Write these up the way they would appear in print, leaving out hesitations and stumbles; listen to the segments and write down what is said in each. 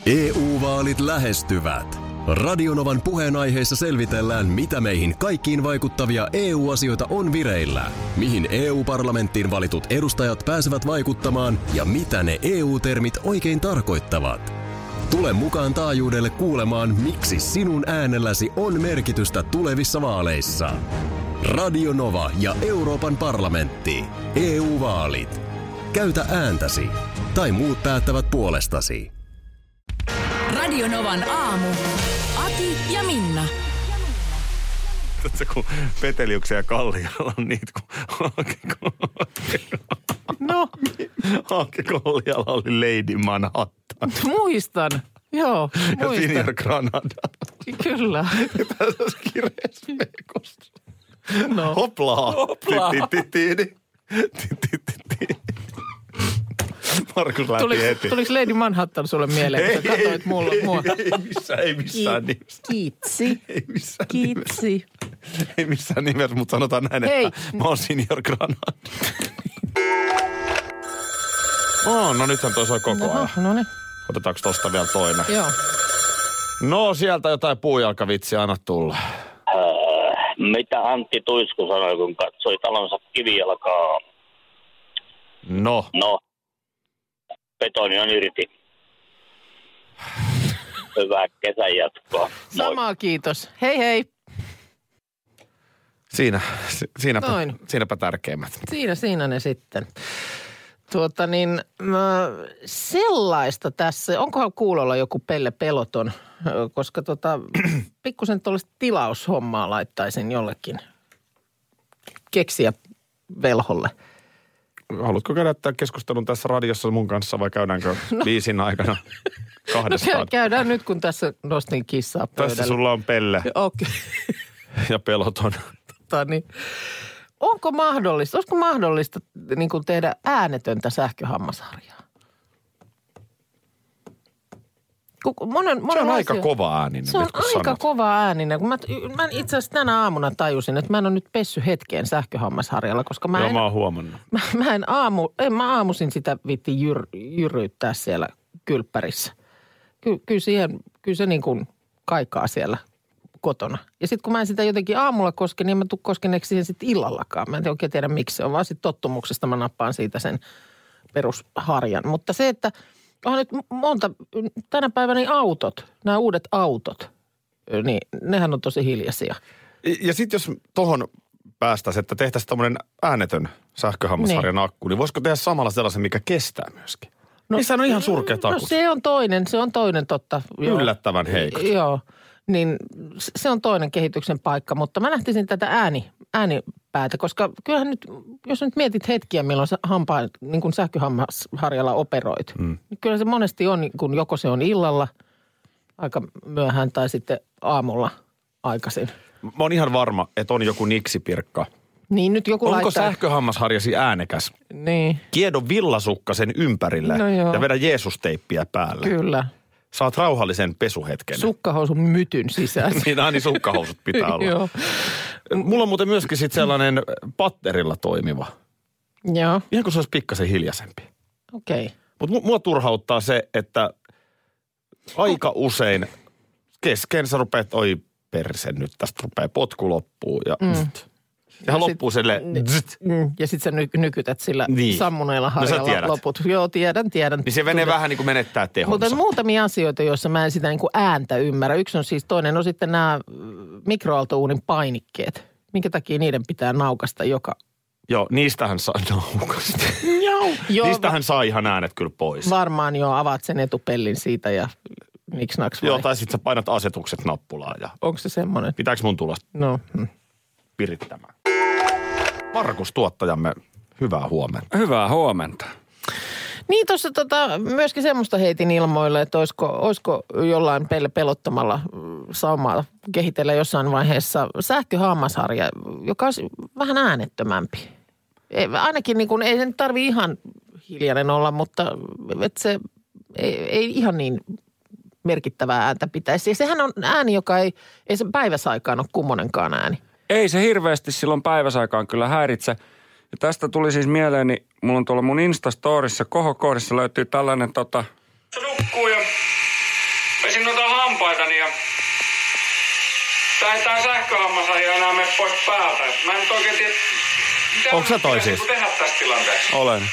EU-vaalit lähestyvät. Radionovan puheenaiheessa selvitellään, mitä meihin kaikkiin vaikuttavia EU-asioita on vireillä, mihin EU-parlamenttiin valitut edustajat pääsevät vaikuttamaan ja mitä ne EU-termit oikein tarkoittavat. Tule mukaan taajuudelle kuulemaan, miksi sinun äänelläsi on merkitystä tulevissa vaaleissa. Radio Nova ja Euroopan parlamentti. EU-vaalit. Käytä ääntäsi. Tai muut päättävät puolestasi. Radio Novan aamu. Ati ja Minna. Tiedätkö, kun Peteliuksen ja Kallialla on niitä, kun No. Anke Kallialla oli Lady Manhattan. Muistan. Joo, Ja muistan. Senior Granada. Kyllä. Ja tässä olisi kireessä verkossa. No. Hoplaa. Markus lähti heti. Tuliko Lady Manhattan sulle mieleen, kun sä katsoit mua? Ei missään nimessä. Kiitsi. Ei missään Kiitsi. nimessä. Ei missään nimessä, mutta sanotaan näin, Hei. että mä oon Senior Granada. No nythän toi soi koko ajan. No niin, Otetaanko tosta vielä toinen? joo. No sieltä jotain puujalkavitsiä, anna tulla. Mitä Antti Tuisku sanoi, kun katsoi talonsa kivijalkaa? No. No, betoni on irti. Hyvää kesän jatkoa. Samaa kiitos. Hei hei. Siinäpä tärkeimmät. Siinä ne sitten. Sellaista tässä, onkohan kuulolla joku Pelle Peloton, koska pikkusen tuollaista tilaushommaa laittaisin jollekin keksiä velholle. Haluatko käydä tämän keskustelun tässä radiossa mun kanssa vai käydäänkö biisin aikana kahdestaan? No käydään nyt, kun tässä nostin kissaa pöydälle. Tässä sulla on Pelle Okei. ja Peloton. Olisiko mahdollista niin kuin tehdä äänetöntä sähköhammasharjaa? Se on aika kova ääninen. Se on aika kova ääninen. Kun mä itse asiassa tänä aamuna tajusin, että mä en ole nyt pessy hetkeen sähköhammasharjalla, koska mä oon huomannut. Mä aamusin sitä vitti jyryyttää siellä kylppärissä. Kyllä se niin kuin kaikaa siellä kotona. Ja sitten kun mä en sitä jotenkin aamulla koske, niin mä tuu koskeneeksi siihen sitten illallakaan. Mä en oikein tiedä miksi se on, vaan sitten tottumuksesta mä nappaan siitä sen perusharjan. Mutta se, että onhan nyt tänä päivänä niin nämä uudet autot, niin nehän on tosi hiljaisia. Ja sitten jos tohon päästäisiin, että tehtäisiin tommoinen äänetön sähköhammasharjan akku, niin voisiko tehdä samalla sellaisen, mikä kestää myöskin? Niissä on ihan surkeat akut. No se on toinen totta. Yllättävän heikot. Joo, niin se on toinen kehityksen paikka, mutta mä lähtisin tätä äänipäätä, koska kyllähän nyt, jos nyt mietit hetkiä, milloin sä niin kuin sähköhammasharjalla operoit, niin kyllä se monesti on, kun joko se on illalla aika myöhään tai sitten aamulla aikaisin. Mä oon ihan varma, että on joku niksipirkka. Niin nyt joku Onko sähköhammasharjasi äänekäs? Niin. Kiedo villasukka sen ympärille ja vedä Jeesus-teippiä päälle. Kyllä. Saat rauhallisen pesuhetken. Sukkahousun mytyn sisään. niin sukkahousut pitää olla. Joo. Mulla on muuten myöskin sitten sellainen patterilla toimiva. Joo. Ihan kuin se olisi pikkasen hiljaisempi. Okei. Mutta mua turhauttaa se, että aika usein kesken sä rupeat, oi perse nyt, tästä rupeaa potku loppuu ja ja loppuu silleen. Ja sit sä nykytät sillä niin. Sammuneella harjalla loput. Joo, tiedän. Niin se menee vähän niin kuin menettää tehonsa. Mutta muutamia asioita, joissa mä en sitä niin kuin ääntä ymmärrä. Yksi on siis, toinen on sitten nämä mikroaaltouunin painikkeet. Minkä takia niiden pitää naukasta joka... Joo, niistähän saa naukasta. Joo. Niistähän saa ihan äänet kyllä pois. Varmaan jo, avaat sen etupellin siitä ja niks-naks vai? Joo, tai sitten sä painat asetukset nappulaa ja... Onko se semmoinen? Pitääkö mun tulla pirittämään? Markus, tuottajamme, hyvää huomenta. Hyvää huomenta. Niin tuossa myöskin semmoista heitin ilmoille, että olisiko jollain pelottamalla saumaa kehitellä jossain vaiheessa sähköhammasharja, joka olisi vähän äänettömämpi. Ainakin niin kuin, ei se nyt tarvitse ihan hiljainen olla, mutta että se ei ihan niin merkittävää ääntä pitäisi. Ja sehän on ääni, joka ei se päiväsaikaan ole kummonenkaan ääni. Ei se hirveästi silloin päiväsaikaan kyllä häiritse. Ja tästä tuli siis mieleeni, mulla on tuolla mun Instastorissa, kohokohdissa löytyy tällainen, se nukkuu ja pesin noita hampaitani ja tää sähköhammashan ei enää mene pois päältä. Mä en nyt oikein tiedä, mitä onko sä toi siis? tehdä tässä tilanteessa. Olen.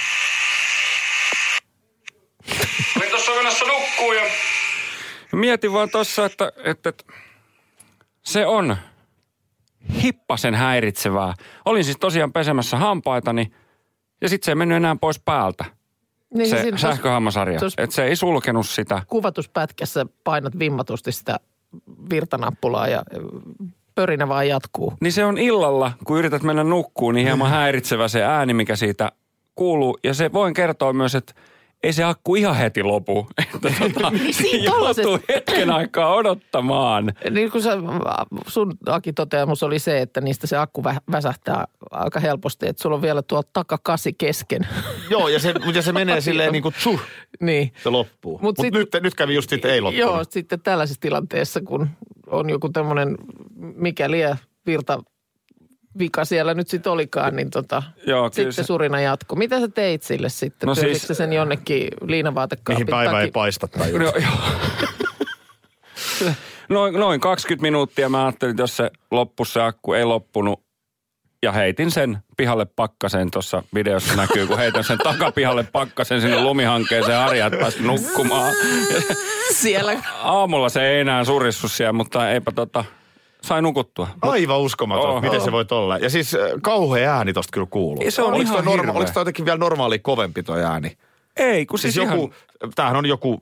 Olin tuossa menossa nukkuu ja mietin vaan tossa, että se on hippasen häiritsevää. Olin siis tosiaan pesemässä hampaitani ja sit se ei mennyt enää pois päältä. Niin, se sähköhammasarja. Että se ei sulkenut sitä. Kuvatuspätkässä painat vimmatusti sitä virtanappulaa ja pörinä vaan jatkuu. Niin se on illalla, kun yrität mennä nukkuun, niin hieman häiritsevä se ääni, mikä siitä kuuluu. Ja se voin kertoa myös, että ei se akku ihan heti lopu. Että joutuu hetken aikaa odottamaan. Niin kuin sun Aki toteamus oli se, että niistä se akku väsähtää aika helposti. Että sulla on vielä tuo takakasi kesken. Joo, ja se menee silleen niin kuin tsuh. Niin. Se loppuu. Mutta nyt kävi just sitten ei loppunut. Joo, sitten tällaisessa tilanteessa, kun on joku tämmöinen mikä liian vika siellä nyt sitten olikaan, niin joo, sitten se surina jatkuu. Mitä sä teit sille sitten? No siis, sen jonnekin liinavaatekaapin mihin päivä ei paista tai no, noin 20 minuuttia mä ajattelin, että jos se loppui se akku, ei loppunut. Ja heitin sen pihalle pakkaseen, tuossa videossa näkyy, kun heitän sen takapihalle pakkaseen sinne lumihankkeeseen Arja, että pääsi nukkumaan. Siellä. Aamulla se ei enää surissu siellä, mutta eipä sai nukuttua. Aivan uskomaton, miten se voi olla. Ja siis kauhea ääni tosta kyllä kuuluu. Se on oliko ihan hirveä. Oliko toi jotenkin vielä normaali kovempi toi ääni? Ei, kun siis joku, ihan... Tämähän on joku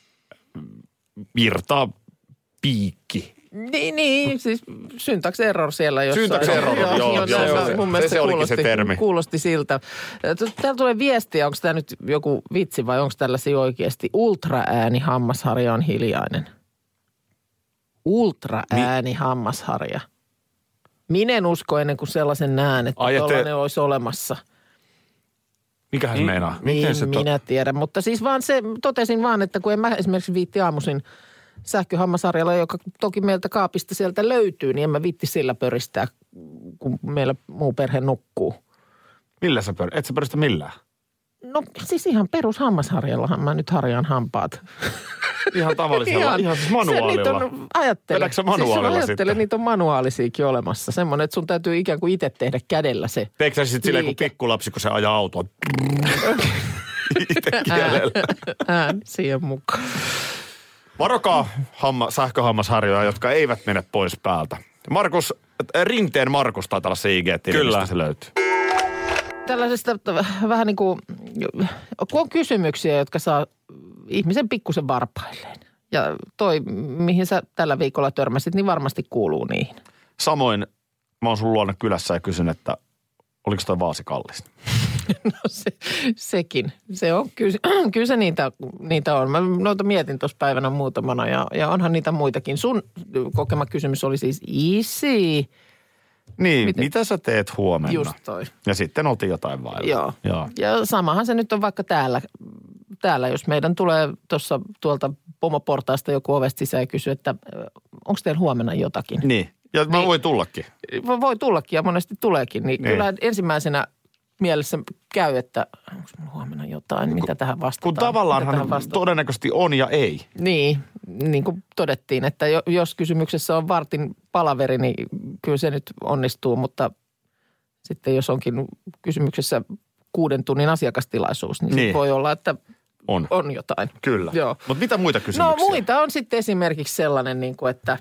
piikki. Niin, siis syntax error siellä jossain. Syntax error, joo. Mun mielestä se olikin se termi. Kuulosti siltä. Täällä tulee viestiä, onko tämä nyt joku vitsi vai onko tällaisia oikeasti? Ultraääni hammasharja on hiljainen. Ultraääni hammasharja. Minä en usko ennen kuin sellaisen näen, että tollainen olisi olemassa. Mikähän se meinaa? Niin, minä tiedän, mutta siis vaan totesin vaan, että kun en mä esimerkiksi viitti aamuisin sähköhammasarjalla, joka toki meiltä kaapista sieltä löytyy, niin en mä viitti sillä pöristää, kun meillä muu perhe nukkuu. Millä sä et sä pöristä millään? No siis ihan perushammasharjallahan mä nyt harjaan hampaat. Ihan tavallisella, ihan siis manuaalilla. Ajattele. Sä manuaalilla sitten? Niitä on manuaalisiakin olemassa. Semmoinen, että sun täytyy ikään kuin itse tehdä kädellä se. Teekö sä sitten silleen kuin pikkulapsi, kun se ajaa autoa? Itse kielellä. Siihen mukaan. Varokaa sähköhammasharjoja, jotka eivät mene pois päältä. Rinteen Markus taitaa olla se IG-tili, mistä se löytyy. Tällaisesta vähän niin kuin, kun on kysymyksiä, jotka saa ihmisen pikkusen varpailleen. Ja toi, mihin sä tällä viikolla törmäsit, niin varmasti kuuluu niihin. Samoin mä oon sun luona kylässä ja kysyn, että oliko toi vaasi kallis? No sekin. Se on, kyllä se niitä on. Mä noita mietin tuossa päivänä muutamana ja onhan niitä muitakin. Sun kokema kysymys oli siis easy. Niin, mitä sä teet huomenna? Just toi. Ja sitten oltiin jotain vailla. Joo. Ja samahan se nyt on vaikka täällä, jos meidän tulee tuolta pomoportaasta joku ovesta sisään ja kysyy, että onko teillä huomenna jotakin? Niin, ja mä voin tullakin. Voi tullakin ja monesti tuleekin. Niin kyllä ensimmäisenä mielessä käy, että onko minulla huomenna jotain, mitä tähän vastataan. Kun tavallaanhan todennäköisesti on ja ei. Niin kuin todettiin, että jos kysymyksessä on vartin palaveri, niin kyllä se nyt onnistuu, mutta sitten jos onkin kysymyksessä 6 tunnin asiakastilaisuus, niin voi olla, että on jotain. Kyllä. Mutta mitä muita kysymyksiä? No muita on sitten esimerkiksi sellainen, niin kuin, että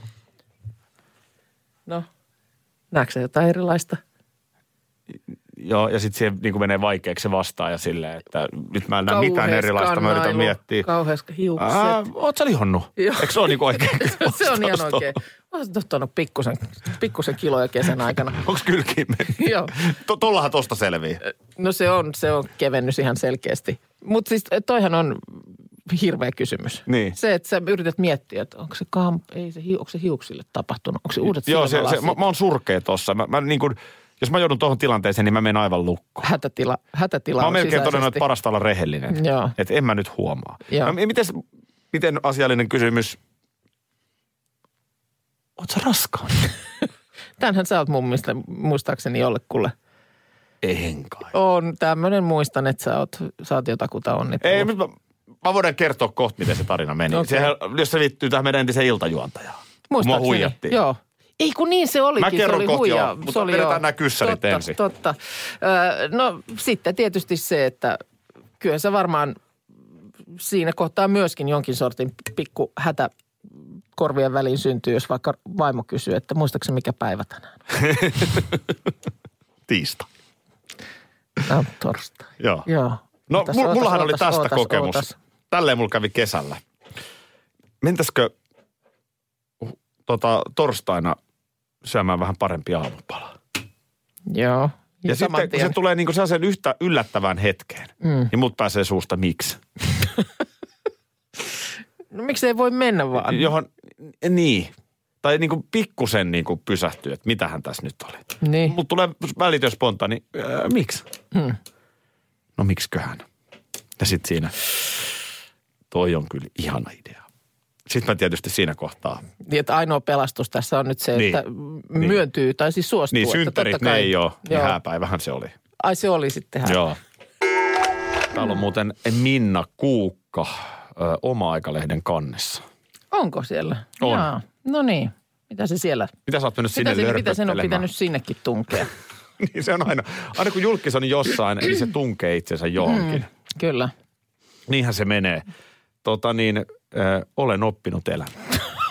näetkö sä jotain erilaista? Joo, ja sitten siihen niin menee vaikeaksi se vastaan ja silleen, että nyt mä en näe mitään erilaista, mä yritän miettiä. Kauheas hiukset. Oot sä lihonnut? Eikö se ole niin oikein? Se on ihan oikein. Mä oon ottanut pikkusen kiloja kesän aikana. Onko kylkiin mennyt? Joo. Tollahan tosta selviää. No se on kevennys ihan selkeästi. Mutta siis toihan on hirveä kysymys. Niin. Se, että sä yrität miettiä, että onko se hiuksille tapahtunut, onko se uudet silmälasit? Joo, mä oon surkea tossa. Mä niin kuin, jos mä joudun tuohon tilanteeseen, niin mä menen aivan lukkoon. Hätätila mä oon melkein todennut, että parasta olla rehellinen. Joo. Että en mä nyt huomaa. No, miten asiallinen kysymys? Oot sä raskaan? Tänhän sä oot mun mielestä, muistaakseni jollekulle. En kai. On tämmöinen, muistan, että sä oot jotakuta onnitella. Ei, mä voin kertoa kohta, miten se tarina meni. Okay. Sehän, jos se liittyy tähän meidän entiseen iltajuontajaan. Muistaakseni. Mua huijattiin. Joo. Ei kun niin se olikin. Mä kerron kohta joo, mutta vedetään nämä kyssärit ensin. Totta. No sitten tietysti se, että kyllä se varmaan siinä kohtaa myöskin jonkin sortin pikku hätä korvien väliin syntyy, jos vaikka vaimo kysyy, että muistaakseni mikä päivä tänään? Tiistai. No, torstai. Joo. No mullahan oli tästä kokemus. Tälleen mulla kävi kesällä. Mentäisikö torstaina syömään vähän parempia aamupalaa? Joo. Ja sitten kun se tulee niinku sellaisen yhtä yllättävään hetkeen, niin mut pääsee suusta miksi. No miksi ei voi mennä vaan? Niin. Tai niinku pikkusen niinku pysähtyy, että mitähän tässä nyt oli. Niin. Mut tulee välitön spontaani, miksi? No miksiköhän? Ja sit siinä, toi on kyllä ihana idea. Sitten mä tietysti siinä kohtaa. Niin, että ainoa pelastus tässä on nyt se, että myöntyy tai siis suostuu. Niin, synttärit ne ei ole, niin hääpäivähän se oli. Ai se oli sitten hääpäivä. Joo. Täällä on muuten Minna Kuukka Oma-aikalehden kannessa. Onko siellä? On. Jaa. No niin. Mitä se siellä? Mitä sä oot mennyt sinne lörpöttelemään? Mitä sen on pitänyt sinnekin tunkea? Niin se on aina kun julkis on jossain, niin se tunkee itsensä johonkin. Kyllä. Niinhän se menee. Olen oppinut elämään.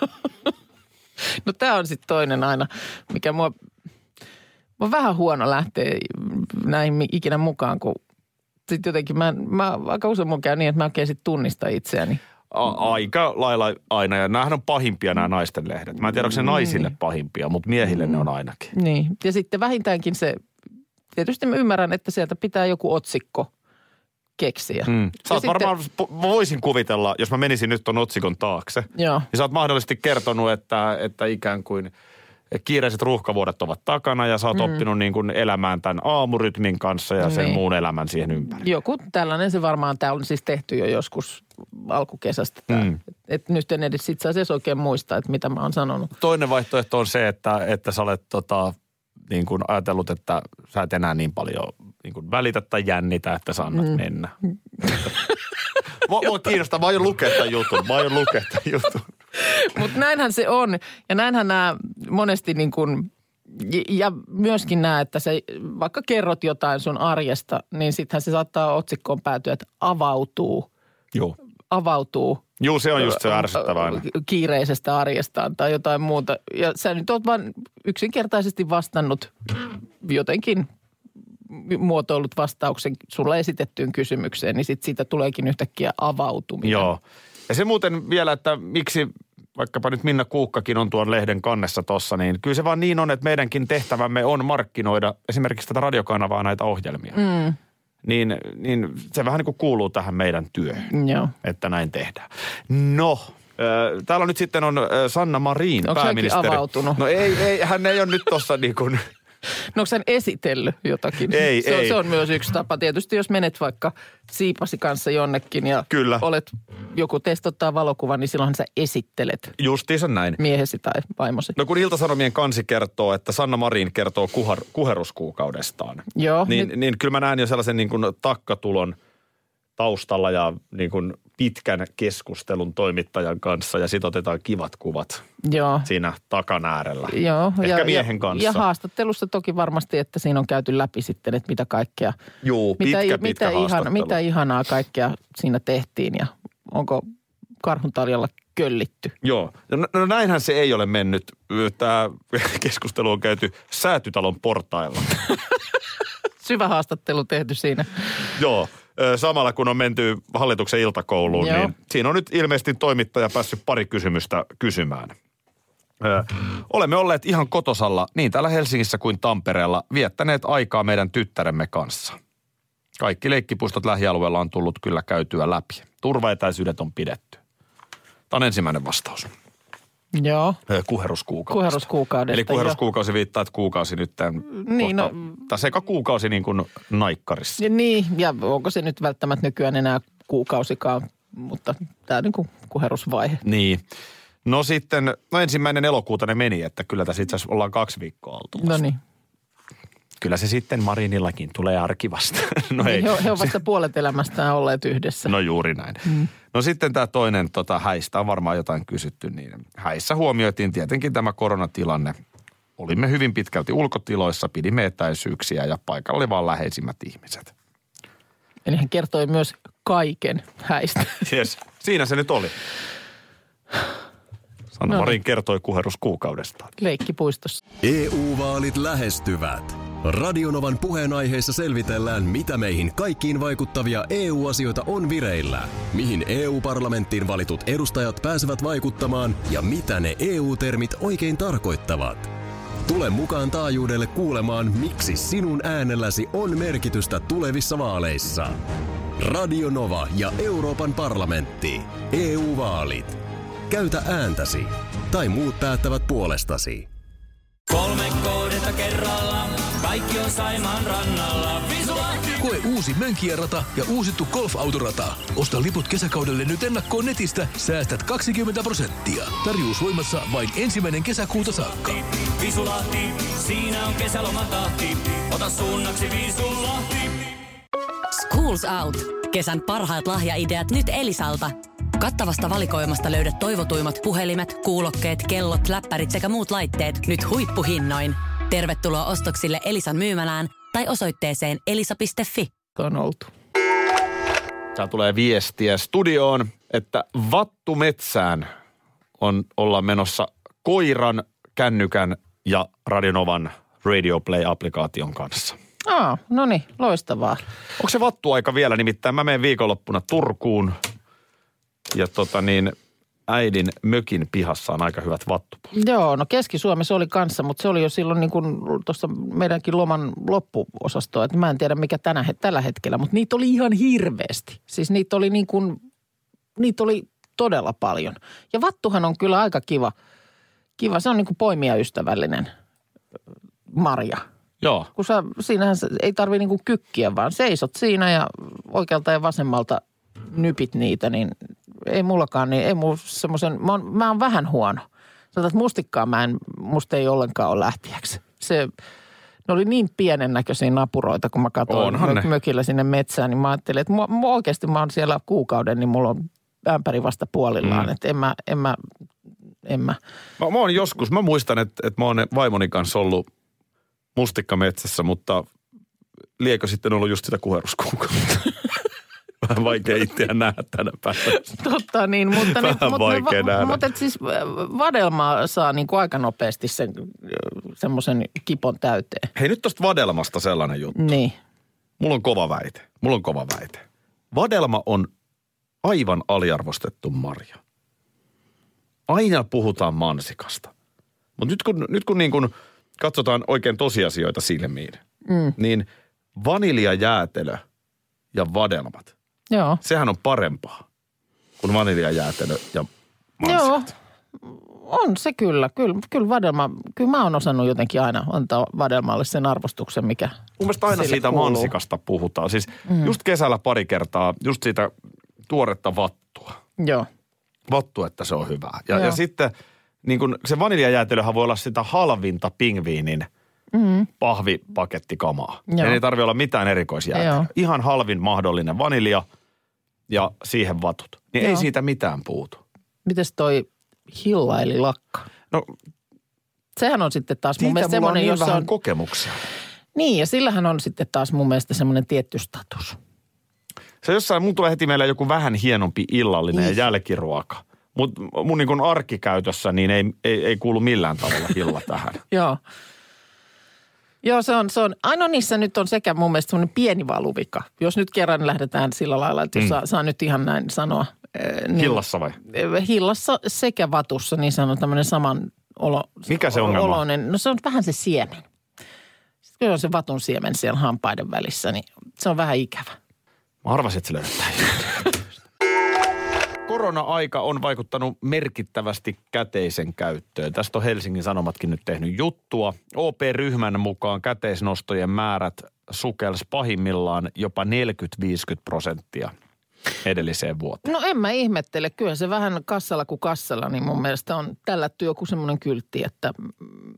No tää on sitten toinen aina, mikä mua on vähän huono lähteä näihin ikinä mukaan, kun sitten jotenkin mä aika usein mun käy niin, että mä oikein sitten tunnistan itseäni. Aika lailla aina, ja näähän on pahimpia nämä naisten lehdet. Mä en tiedä, onko se naisille pahimpia, mutta miehille ne on ainakin. Niin, ja sitten vähintäänkin se, tietysti mä ymmärrän, että sieltä pitää joku otsikko keksiä. Sä oot varmaan, voisin kuvitella, jos mä menisin nyt ton otsikon taakse, joo. Niin sä oot mahdollisesti kertonut, että ikään kuin kiireiset ruuhkavuodet ovat takana ja sä oot oppinut niin kuin elämään tämän aamurytmin kanssa ja sen muun elämän siihen ympäri. Joku tällainen se varmaan, tää on siis tehty jo joskus alkukesästä. Että nyt en edes sit saisi oikein muistaa, että mitä mä oon sanonut. Toinen vaihtoehto on se, että sä olet niin kuin ajatellut, että sä et enää niin paljon niin kuin välitä tai jännitä, että sä annat mennä. Mua kiinnostaa, mä aion lukea tämän jutun. Mutta näinhän se on. Ja näinhän nämä monesti niin kuin, ja myöskin nämä, että se, vaikka kerrot jotain sun arjesta, niin sittenhän se saattaa otsikkoon päätyä, että avautuu. Joo. Avautuu. Joo, se on just se ärsyttävä aina. Kiireisestä arjestaan tai jotain muuta. Ja sä nyt oot vaan yksinkertaisesti vastannut jotenkin muotoillut vastauksen sulle esitettyyn kysymykseen, niin sitten siitä tuleekin yhtäkkiä avautuminen. Joo. Ja se muuten vielä, että miksi vaikkapa nyt Minna Kuukkakin on tuon lehden kannessa tossa, niin kyllä se vaan niin on, että meidänkin tehtävämme on markkinoida esimerkiksi tätä radiokanavaa näitä ohjelmia. Niin se vähän niin kuin kuuluu tähän meidän työhön, Joo. että näin tehdään. No, täällä on nyt sitten on Sanna Marin, onko pääministeri. Onko avautunut? No ei, hän ei ole nyt tossa niin kuin... No onko hän esitellyt jotakin? Ei. Se on myös yksi tapa. Tietysti jos menet vaikka siipasi kanssa jonnekin ja kyllä. Joku testottaa valokuvan, niin silloinhan sä esittelet. Justiinsa näin. Miehesi tai vaimosi. No kun Ilta-Sanomien kansi kertoo, että Sanna Marin kertoo kuheruskuukaudestaan. Joo. Niin kyllä mä näen jo sellaisen niin kuin takkatulon taustalla ja niin kuin pitkän keskustelun toimittajan kanssa ja sit otetaan kivat kuvat. Joo. Siinä takan äärellä. Joo. Ehkä miehen kanssa. Ja haastattelussa toki varmasti, että siinä on käyty läpi sitten, että mitä kaikkea. Joo, pitkä haastattelu. Mitä ihanaa kaikkea siinä tehtiin ja onko Karhuntaljalla köllitty? Joo. No näinhän se ei ole mennyt. Tämä keskustelu on käyty Säätytalon portailla. Syvä haastattelu tehty siinä. Joo. Samalla kun on menty hallituksen iltakouluun, niin siinä on nyt ilmeisesti toimittaja päässyt pari kysymystä kysymään. Olemme olleet ihan kotosalla niin täällä Helsingissä kuin Tampereella viettäneet aikaa meidän tyttäremme kanssa. Kaikki leikkipuistot lähialueella on tullut kyllä käytyä läpi. Turvaetäisyydet on pidetty. Tämä on ensimmäinen vastaus. Joo. Kuheruskuukaudesta. Eli kuheruskuukausi viittaa, että kuukausi nyt niin, tässä eka kuukausi niin kuin naikkarissa. Niin, ja onko se nyt välttämättä nykyään enää kuukausikaan, mutta tämä on niin kuin kuherusvaihe. Niin. No sitten, 1. elokuuta ne meni, että kyllä tässä itse asiassa ollaan 2 viikkoa oltu. No niin. kyllä se sitten Marinillakin tulee arki vasta. No ei. He on vasta puolet elämästään olleet yhdessä. No juuri näin. No sitten tämä toinen, häistä on varmaan jotain kysytty, niin häissä huomioitiin tietenkin tämä koronatilanne. Olimme hyvin pitkälti ulkotiloissa, pidimme etäisyyksiä ja paikalla oli vaan läheisimmät ihmiset. Eli hän kertoi myös kaiken häistä. Yes, siinä se nyt oli. Sanna Marin kertoi kuheruskuukaudestaan. Leikkipuistossa. EU-vaalit lähestyvät. Radionovan puheenaiheessa selvitellään, mitä meihin kaikkiin vaikuttavia EU-asioita on vireillä, mihin EU-parlamenttiin valitut edustajat pääsevät vaikuttamaan ja mitä ne EU-termit oikein tarkoittavat. Tule mukaan taajuudelle kuulemaan, miksi sinun äänelläsi on merkitystä tulevissa vaaleissa. Radio Nova ja Euroopan parlamentti. EU-vaalit. Käytä ääntäsi. Tai muut päättävät puolestasi. 3 kohdetta kerralla, kaikki on Saimaan rannalla. Visulahti! Koe uusi Mönkijärata ja uusittu golfautorata. Osta liput kesäkaudelle nyt ennakkoon netistä, säästät 20%. Tarjous voimassa vain 1. kesäkuuta saakka. Visulahti, siinä on kesälomatahti. Ota suunnaksi Visulahti. Schools Out. Kesän parhaat lahjaideat nyt Elisalta. Kattavasta valikoimasta löydät toivotuimmat puhelimet, kuulokkeet, kellot, läppärit sekä muut laitteet nyt huippuhinnoin. Tervetuloa ostoksille Elisan myymälään tai osoitteeseen elisa.fi. On oltu. Täällä tulee viestiä studioon, että Vattumetsään ollaan menossa koiran, kännykän ja Radionovan Radio Play-applikaation kanssa. No niin, loistavaa. Onko se vattuaika vielä? Nimittäin mä menen viikonloppuna Turkuun ja äidin mökin pihassa on aika hyvät vattupuut. Joo, no Keski-Suomessa oli kanssa, mutta se oli jo silloin niin kuin tuossa meidänkin loman loppuosastoa. Että mä en tiedä mikä tällä hetkellä, mutta niitä oli ihan hirveästi. Siis niitä oli todella paljon. Ja vattuhan on kyllä aika kiva. Se on niin kuin poimijaystävällinen marja. Joo. Kun siinähän ei tarvitse niin kuin kykkiä, vaan seisot siinä ja oikealta ja vasemmalta nypit niitä, niin ei mullakaan, niin ei mulla semmoisen, mä oon vähän huono. Sanotaan, että mustikkaa musta ei ollenkaan ole lähtiäksi. Ne oli niin pienen näköisiä napuroita, kun mä katsoin mökillä sinne metsään, niin mä ajattelin, että oikeasti mä oon siellä kuukauden, niin mulla on ämpäri vasta puolillaan, että en mä. Mä oon joskus, mä muistan, että mä oon vaimoni kanssa ollut mustikkametsässä, mutta liekö sitten ollut just sitä kuheruskuukautta? Vähän vaikea itseä nähdä tänä päivänä. Totta niin, mutta nähdä. Siis vadelma saa niin kuin aika nopeasti semmoisen kipon täyteen. Hei, nyt tosta vadelmasta sellainen juttu. Niin. Mulla on kova väite. Vadelma on aivan aliarvostettu marja. Aina puhutaan mansikasta. Mutta nyt kun niin kuin katsotaan oikein tosiasioita silmiin, niin vaniljajäätelö ja vadelmat. Joo. Sehän on parempaa kuin vaniljajäätelö ja mansikat. Joo, on se kyllä. Kyllä vadelma, kyllä mä oon osannut jotenkin aina antaa vadelmalle sen arvostuksen, mikä mun mielestä aina siitä kuuluu. Mansikasta puhutaan. Siis just kesällä pari kertaa, just siitä tuoretta vattua. Joo. Vattu, että se on hyvää. Ja sitten niin kun se vaniljajäätelöhän voi olla sitä halvinta pingviinin pahvipakettikamaa. Ja ei tarvitse olla mitään erikoisjäätelöä. Ihan halvin mahdollinen vanilja ja siihen vatut. Niin ei siitä mitään puutu. Mites toi hilla eli lakka? No, sehän on sitten taas mun mielestä semmoinen, jossa on vähän kokemuksia. Niin, ja sillähän on sitten taas mun mielestä semmoinen tietty status. Se jossain, mun tulee heti meillä joku vähän hienompi illallinen ja jälkiruoka. Mutta mun niin kuin arkikäytössä niin ei kuulu millään tavalla hilla tähän. Joo, se on. Ainoa niissä nyt on sekä mun mielestä semmoinen pieni valuvika. Jos nyt kerran lähdetään sillä lailla, että jos saa nyt ihan näin sanoa. Niin, hillassa vai? Hillassa sekä vatussa, niin se on tämmöinen saman mikä se ongelma? Oloinen. No se on vähän se siemen. Sitten kun on se vatun siemen siellä hampaiden välissä, niin se on vähän ikävä. Mä arvasin, että se löydetään. Korona-aika on vaikuttanut merkittävästi käteisen käyttöön. Tästä on Helsingin Sanomatkin nyt tehnyt juttua. OP-ryhmän mukaan käteisnostojen määrät sukelsi pahimmillaan jopa 40-50% edelliseen vuoteen. No en mä ihmettele. Kyllä se vähän kassalla kuin kassalla, niin mun mielestä on tällätty joku semmoinen kyltti, että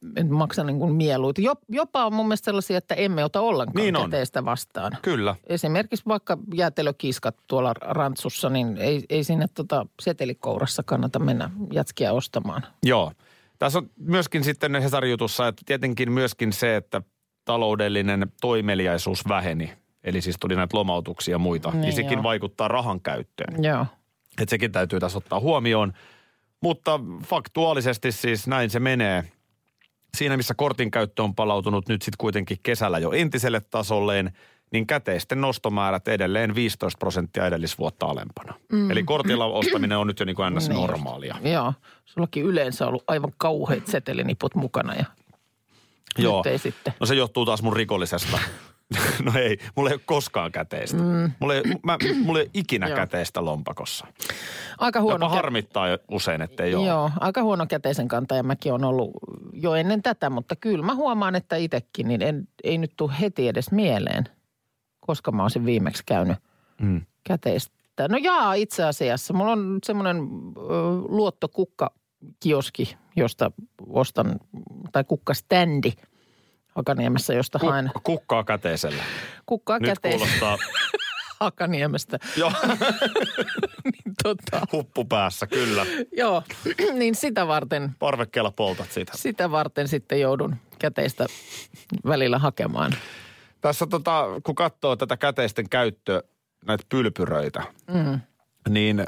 en maksa niin kuin mieluita. Jopa on mun mielestä sellaisia, että emme ota ollenkaan Niin on. käteistä vastaan. Kyllä. Esimerkiksi vaikka jäätelökiskat tuolla rantsussa, niin ei sinne setelikourassa kannata mennä jätskiä ostamaan. Joo. Tässä on myöskin sitten Hesarin jutussa, että tietenkin myöskin se, että taloudellinen toimeliaisuus väheni. Eli siis tuli näitä lomautuksia ja muita. Niin sekin joo. vaikuttaa rahan käyttöön. Joo. Että sekin täytyy tässä ottaa huomioon. Mutta faktuaalisesti siis näin se menee. Siinä, missä kortin käyttö on palautunut nyt sitten kuitenkin kesällä jo entiselle tasolleen, niin käteisten nostomäärät edelleen 15% edellisvuotta alempana. Eli kortilla ostaminen on nyt jo niin kuin ns. Normaalia. Joo. Sullakin yleensä ollut aivan kauheat seteliniput mukana ja Joo. nyt ei sitten. No se johtuu taas mun rikollisesta. No ei, mulla ei ole koskaan käteistä. Mulla ei ole ikinä käteistä lompakossa. Aika huono. Jopa harmittaa usein, ettei ole. Joo, aika huono käteisen kantaja mäkin on ollut jo ennen tätä, mutta kyllä mä huomaan, että itsekin niin ei nyt tule heti edes mieleen, koska mä olisin viimeksi käynyt käteistä. No jaa, itse asiassa. Mulla on semmoinen luottokukka-kioski, josta ostan, tai kukkaständi Hakaniemessä, josta haen. Kukkaa käteisellä. Kukkaa Nyt käteisellä. kuulostaa Hakaniemestä. Joo. Niin, Huppu päässä, kyllä. Joo, niin sitä varten. Parvekkeella poltat sitä. Sitä varten sitten joudun käteistä välillä hakemaan. Tässä kun katsoo tätä käteisten käyttöä, näitä pylpyröitä, niin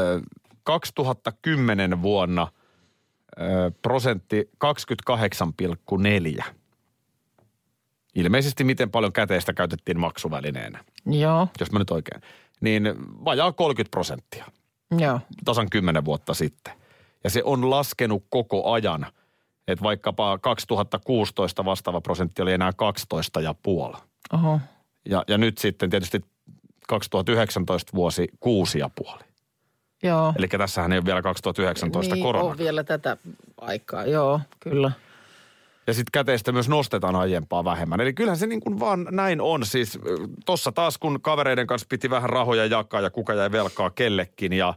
2010 vuonna prosentti 28,4. Ilmeisesti miten paljon käteistä käytettiin maksuvälineenä. Joo. Jos mä nyt oikein. Niin vajaa 30%. Joo. Tasan 10 vuotta sitten. Ja se on laskenut koko ajan. Että vaikkapa 2016 vastaava prosentti oli enää 12,5. Oho. Ja nyt sitten tietysti 2019 vuosi 6,5. Joo. Eli tässähän ei ole vielä 2019 niin, korona. on vielä tätä aikaa, joo, kyllä. Ja sitten käteistä myös nostetaan aiempaa vähemmän. Eli kyllähän se niin kuin vaan näin on. Siis tossa taas, kun kavereiden kanssa piti vähän rahoja jakaa ja kuka jäi velkaa kellekin ja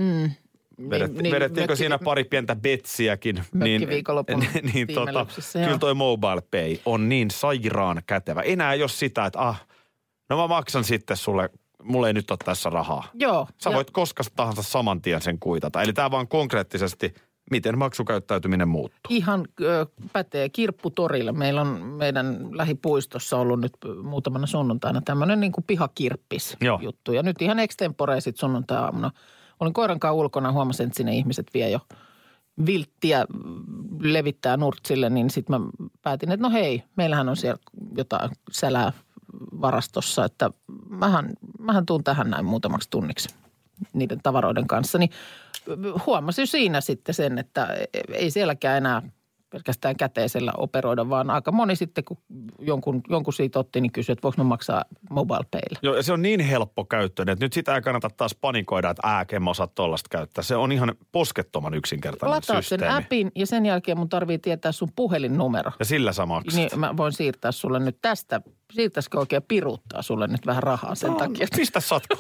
vedettiinkö siinä pari pientä betsiäkin. Mökkiviikonlopun niin kyllä toi mobile pay on niin sairaan kätevä. Enää ei ole sitä, että no mä maksan sitten sulle, mulla ei nyt ole tässä rahaa. Joo. Sä voit koska tahansa saman tien sen kuitata. Eli tää vaan konkreettisesti, miten maksukäyttäytyminen muuttuu. Ihan pätee Kirpputorille. Meillä on meidän lähipuistossa ollut nyt muutamana sunnuntaina tämmöinen niin kuin pihakirppis juttu. Ja nyt ihan extemporea sit sunnuntai-aamuna. Olin koiran kanssa ulkona, huomasin, että sinne ihmiset vie jo vilttiä levittää nurtsille, niin sitten mä päätin, että no hei, meillähän on siellä jotain sälää varastossa, että mähän tuun tähän näin muutamaksi tunniksi niiden tavaroiden kanssa. Niin huomasin siinä sitten sen, että ei sielläkään enää pelkästään käteisellä operoida, vaan aika moni sitten, kun jonkun siitä otti, niin kysyi, että voiko mä maksaa mobile paylla. Joo, ja se on niin helppo käyttöön, että nyt sitä ei kannata taas panikoida, että en mä osaa tollaista käyttää. Se on ihan poskettoman yksinkertainen systeemi. systeemi. Lataat sen appin ja sen jälkeen mun tarvii tietää sun puhelinnumero. Ja sillä sä maksat. Niin mä voin siirtää sulle nyt tästä. Siirtäisikö oikein piruuttaa sulle nyt vähän rahaa sen takia? Pistä satku.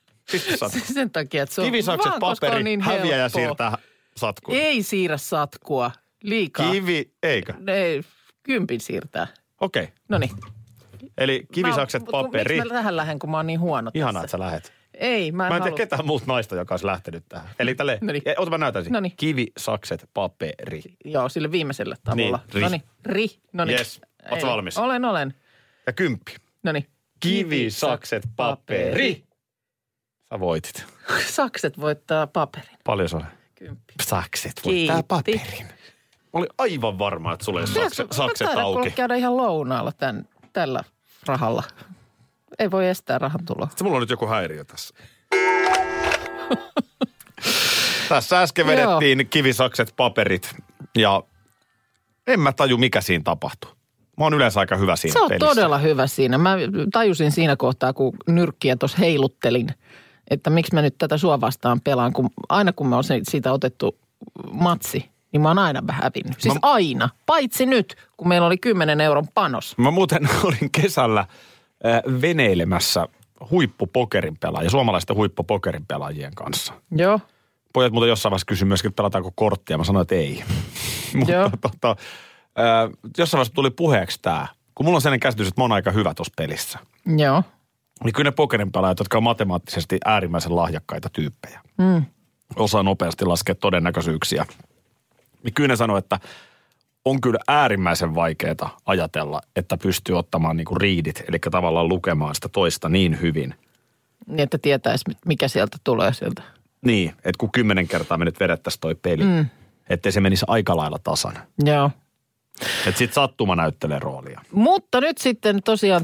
Sen takia, että se on kivisakset, paperi, niin häviä ja siirtää satkuun. Ei siirrä satkua. Liikaa. Eikö? Ei, 10 siirtää. Okei. Noniin. Eli kivisakset, paperi. Miksi mä tähän lähden, kun mä oon niin huono tässä? Ihanaa, että sä lähet. Ei, mä en tiedä ketään muuta naista, joka olisi lähtenyt tähän. Eli ota mä näytän siinä. Noniin. Kivisakset, paperi. Joo, sille viimeiselle tavulla. Niin, Noniin. Yes. Ootko valmis? Olen. Ja 10. Noniin. Kivisakset, paperi. Sä voitit. Sakset voittaa paperin. Paljon se on? 10. Sakset voittaa paperin. Mä olin aivan varma, että sulla ei sakset auki. Käydä ihan lounaalla tällä rahalla. Ei voi estää rahan tuloa. Mulla on nyt joku häiriö tässä. Tässä äsken vedettiin kivisakset, paperit ja en mä taju mikä siinä tapahtui. Mä oon yleensä aika hyvä siinä pelissä. Se on todella hyvä siinä. Mä tajusin siinä kohtaa, kun nyrkkiä tuossa heiluttelin, että miksi mä nyt tätä sua vastaan pelaan. Aina kun me on siitä otettu matsi, niin mä oon aina vähän hävinnyt. Siis aina. Paitsi nyt, kun meillä oli 10 euron panos. Mä muuten olin kesällä veneilemässä huippupokerin pelaajia, suomalaisten huippupokerin pelaajien kanssa. Joo. Pojat muuten jossain vaiheessa kysyi myöskin, että pelataanko korttia. Mä sanoin, että ei. Mutta jossain vaiheessa tuli puheeksi tää. Kun mulla on sellainen käsitys, että mä oon aika hyvä tuossa pelissä. Joo. Niin kyllä ne pokerin pelaajat, jotka on matemaattisesti äärimmäisen lahjakkaita tyyppejä. Osaa nopeasti laskea todennäköisyyksiä. Niin kyllä ne sanoo, että on kyllä äärimmäisen vaikeaa ajatella, että pystyy ottamaan niinku riidit, eli tavallaan lukemaan sitä toista niin hyvin. Niin, että tietäisi, mikä sieltä tulee sieltä. Niin, että kun 10 kertaa me nyt vedettäisiin toi peli, ettei se menisi aika lailla tasan. Joo. Että sit sattuma näyttelee roolia. Mutta nyt sitten tosiaan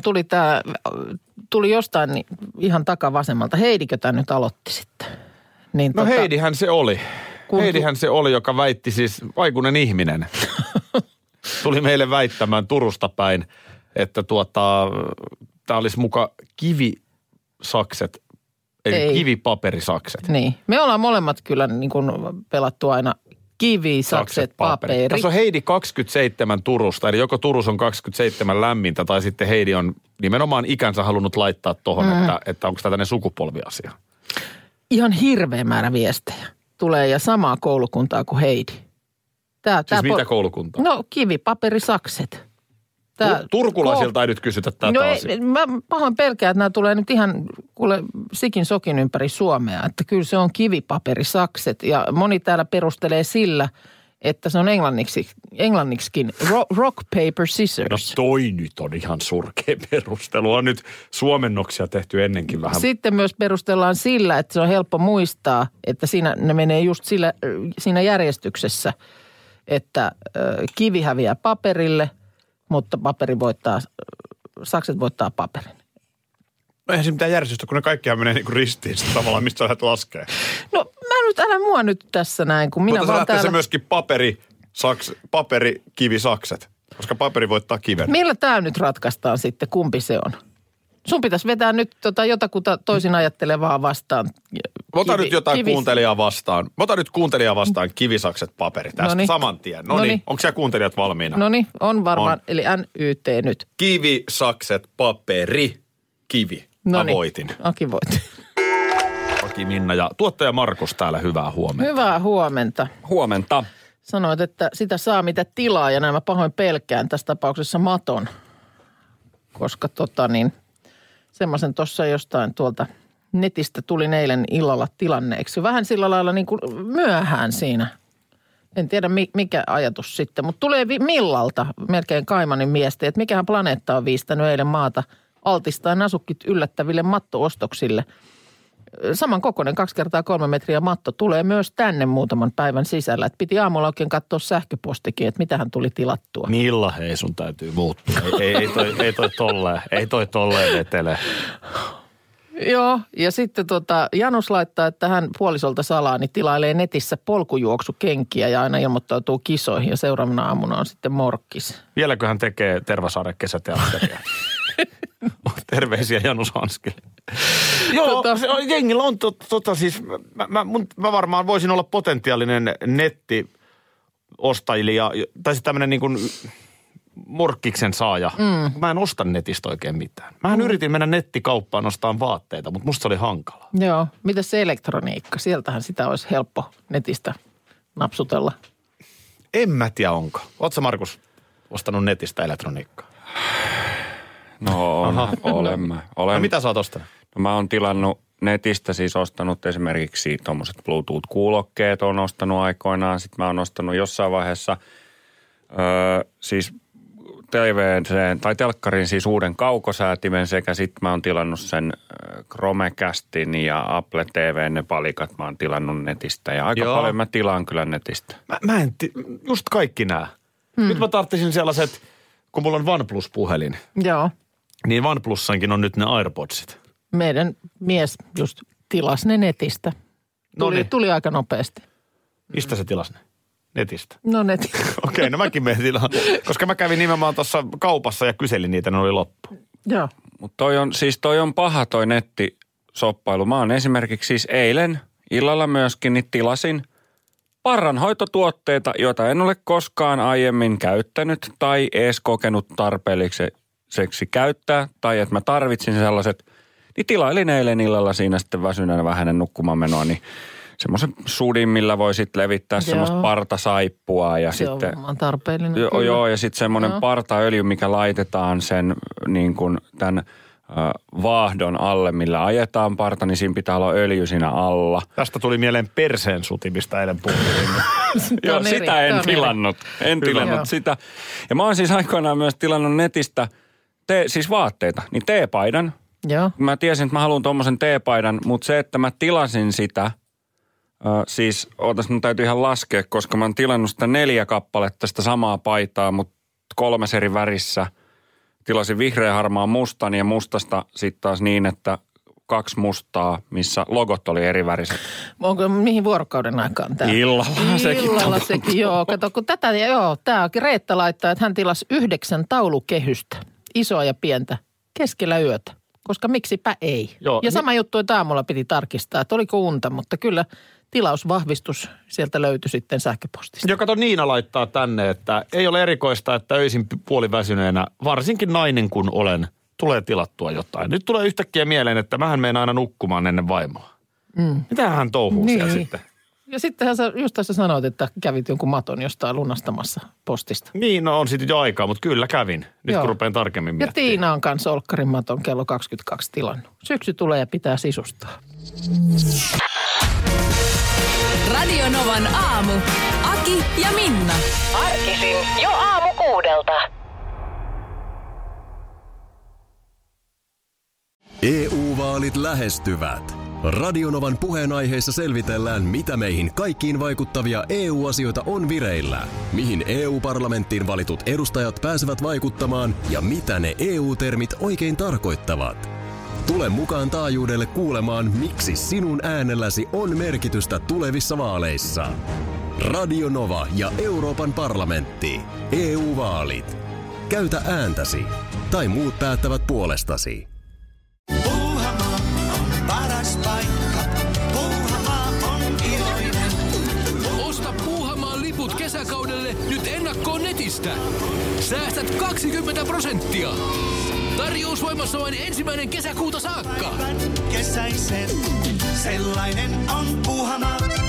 tuli jostain ihan takavasemmalta. Heidikö tämä nyt aloitti sitten? Niin no Heidihän se oli. Heidihän se oli, joka väitti siis, aikuinen ihminen. Tuli meille väittämään Turusta päin, että tämä olisi muka kivisakset, eli kivipaperisakset. Niin. Me ollaan molemmat kyllä niin kuin pelattu aina kivisakset, paperi. Tässä on Heidi 27 Turusta, eli joko Turus on 27 lämmintä, tai sitten Heidi on nimenomaan ikänsä halunnut laittaa tuohon, että onko tämä tämmöinen sukupolviasia. Ihan hirveä määrä viestejä tulee ja samaa koulukuntaa kuin Heidi. Mitä koulukuntaa? No kivipaperisakset. Turkulaisilta ei nyt kysytä tätä asiaa. Mä pahoin pelkään, että nämä tulee nyt ihan sikin sokin ympäri Suomea. Että kyllä se on kivipaperisakset ja moni täällä perustelee sillä, että se on englanniksikin rock, paper, scissors. No toi nyt on ihan surkea perustelu. On nyt suomennoksia tehty ennenkin vähän. Sitten myös perustellaan sillä, että se on helppo muistaa, että ne menee just siinä järjestyksessä, että kivi häviää paperille, mutta sakset voittaa paperin. No eihän se mitään järjestystä, kun ne kaikkihan menee niin kuin ristiin tavallaan, mistä sä lähdet laskee. No älä mua nyt tässä näin, kun minä mutta vaan täällä. Mutta se myöskin paperikivisakset, koska paperi voittaa kiven. Millä tää nyt ratkaistaan sitten, kumpi se on? Sun pitäisi vetää nyt jotakuta toisin ajattelevaa vastaan. Ota nyt jotain kuuntelijaa vastaan. Ota nyt kuuntelijaa vastaan kivisakset paperi tästä saman tien. Noniin, onko siellä kuuntelijat valmiina? Noniin, on varmaan, eli NYT nyt. Kivisakset paperi kivi. Mä voitin. Aki voitti. Aki Minna ja tuottaja Markus täällä, hyvää huomenta. Hyvää huomenta. Huomenta. Sanoit, että sitä saa mitä tilaa ja näin mä pahoin pelkään tässä tapauksessa maton. Koska semmoisen tuossa jostain tuolta netistä tuli eilen illalla tilanneeksi. Vähän sillä lailla niin kuin myöhään siinä. En tiedä mikä ajatus sitten, mutta tulee Millalta melkein Kaimanin viesti, että mikähän planeetta on viistänyt eilen maata altistaen asukit yllättäville mattoostoksille. Saman kokoinen 2x3 metriä matto tulee myös tänne muutaman päivän sisällä. Että piti aamulla oikein katsoa sähköpostikin, että mitähän tuli tilattua. Milla hei sun täytyy muuttua. Ei toi tolleen vetele. Joo, ja sitten Janus laittaa, että hän puolisolta salaa, niin tilailee netissä polkujuoksukenkiä ja aina ilmoittautuu kisoihin ja seuraavana aamuna on sitten morkkis. Vieläkö hän tekee Tervasaaren kesäteatteria? Terveisiä Janus Hanskille. Joo, jengillä on siis, mä varmaan voisin olla potentiaalinen nettiostajilija, tai sitten tämmöinen niin kuin morkkiksen saaja. Mä en osta netistä oikein mitään. Mähän yritin mennä nettikauppaan ostamaan vaatteita, mutta musta se oli hankalaa. Joo, mitä se elektroniikka? Sieltähän sitä olisi helppo netistä napsutella. En mä tiedä onko. Ootko Markus ostanut netistä elektroniikkaa? No olen mä. No mitä sä oot ostanut? No mä oon tilannut netistä, siis ostanut esimerkiksi tommoset Bluetooth-kuulokkeet on ostanut aikoinaan. Sitten mä oon ostanut jossain vaiheessa siis telkkarin siis uuden kaukosäätimen sekä sitten mä oon tilannut sen Chromecastin ja Apple TV:n ne palikat mä oon tilannut netistä. Ja aika paljon mä tilaan kyllä netistä. Mä en just kaikki nää. Nyt mä tarttisin sellaiset, kun mulla on OnePlus-puhelin. Joo. Niin OnePlussankin on nyt ne AirPodsit. Meidän mies just tilasi ne netistä. Tuli aika nopeasti. Mistä se tilasi ne? Netistä? No netistä. Okei, no mäkin menen tilaan. Koska mä kävin nimenomaan tuossa kaupassa ja kyselin niitä, ne oli loppu. Joo. Mutta toi on paha toi nettisoppailu. Mä oon esimerkiksi siis eilen illalla myöskin niin tilasin parranhoitotuotteita, joita en ole koskaan aiemmin käyttänyt tai edes kokenut tarpeelliseksi käyttää. Tai että mä tarvitsin sellaiset, niin tilailin eilen illalla siinä sitten väsyneenä vähän nukkumaan menoa, niin semmoisen sudin, millä voi sitten levittää semmoista partasaippua. Ja se sitten, on tarpeellinen. Joo, ja sitten semmoinen partaöljy, mikä laitetaan sen niin kuin tämän vaahdon alle, millä ajetaan parta, niin siinä pitää olla öljy siinä alla. Tästä tuli mieleen perseen suti, mistä eilen puhuttiin. Joo, sitä en tilannut. En tilannut sitä. Ja mä oon siis aikoinaan myös tilannut netistä siis vaatteita, niin teepaidan. Joo. Mä tiesin, että mä haluan tommosen teepaidan, mutta se, että mä tilasin sitä, siis mun täytyy ihan laskea, koska mä oon tilannut sitä 4 kappaletta sitä samaa paitaa, mutta 3 eri värissä. Tilasin vihreä, harmaa, mustan ja mustasta sitten taas niin, että 2 mustaa, missä logot oli eri väriset. Onko mihin vuorokauden aikaan tämä? Illalla sekin, joo. Kato, kun tätä, tämä onkin Reetta laittaa, että hän tilasi 9 taulukehystä, isoa ja pientä, keskellä yötä. Koska miksipä ei. Joo, ja sama juttu, että aamulla piti tarkistaa, että oliko unta, mutta kyllä tilausvahvistus sieltä löytyi sitten sähköpostista. Joo, kato, Niina laittaa tänne, että ei ole erikoista, että öisin puoliväsyneenä, varsinkin nainen kun olen, tulee tilattua jotain. Nyt tulee yhtäkkiä mieleen, että mähän menen aina nukkumaan ennen vaimoa. Mitähän hän touhuu siellä sitten? Ja sittenhän sä just tässä sanoit, että kävit jonkun maton jostain lunastamassa postista. Niin, no on sitten jo aikaa, mutta kyllä kävin. Nyt kun rupean tarkemmin miettimään. Ja Tiina on kanssa olkkarin maton kello 22 tilannut. Syksy tulee ja pitää sisustaa. Radio Novan aamu. Aki ja Minna. Arkisin jo 6:00. EU-vaalit lähestyvät. Radionovan puheenaiheessa selvitellään, mitä meihin kaikkiin vaikuttavia EU-asioita on vireillä, mihin EU-parlamenttiin valitut edustajat pääsevät vaikuttamaan ja mitä ne EU-termit oikein tarkoittavat. Tule mukaan taajuudelle kuulemaan, miksi sinun äänelläsi on merkitystä tulevissa vaaleissa. Radio Nova ja Euroopan parlamentti. EU-vaalit. Käytä ääntäsi. Tai muut päättävät puolestasi. Puuhamaa on paras paikka. Puuhamaa on iloinen. Osta Puuhamaan liput kesäkaudelle nyt ennakkoon netistä. Säästät 20%. Tarjous voimassa vain 1. kesäkuuta saakka. Kesäisen, sellainen on Puuhamaa.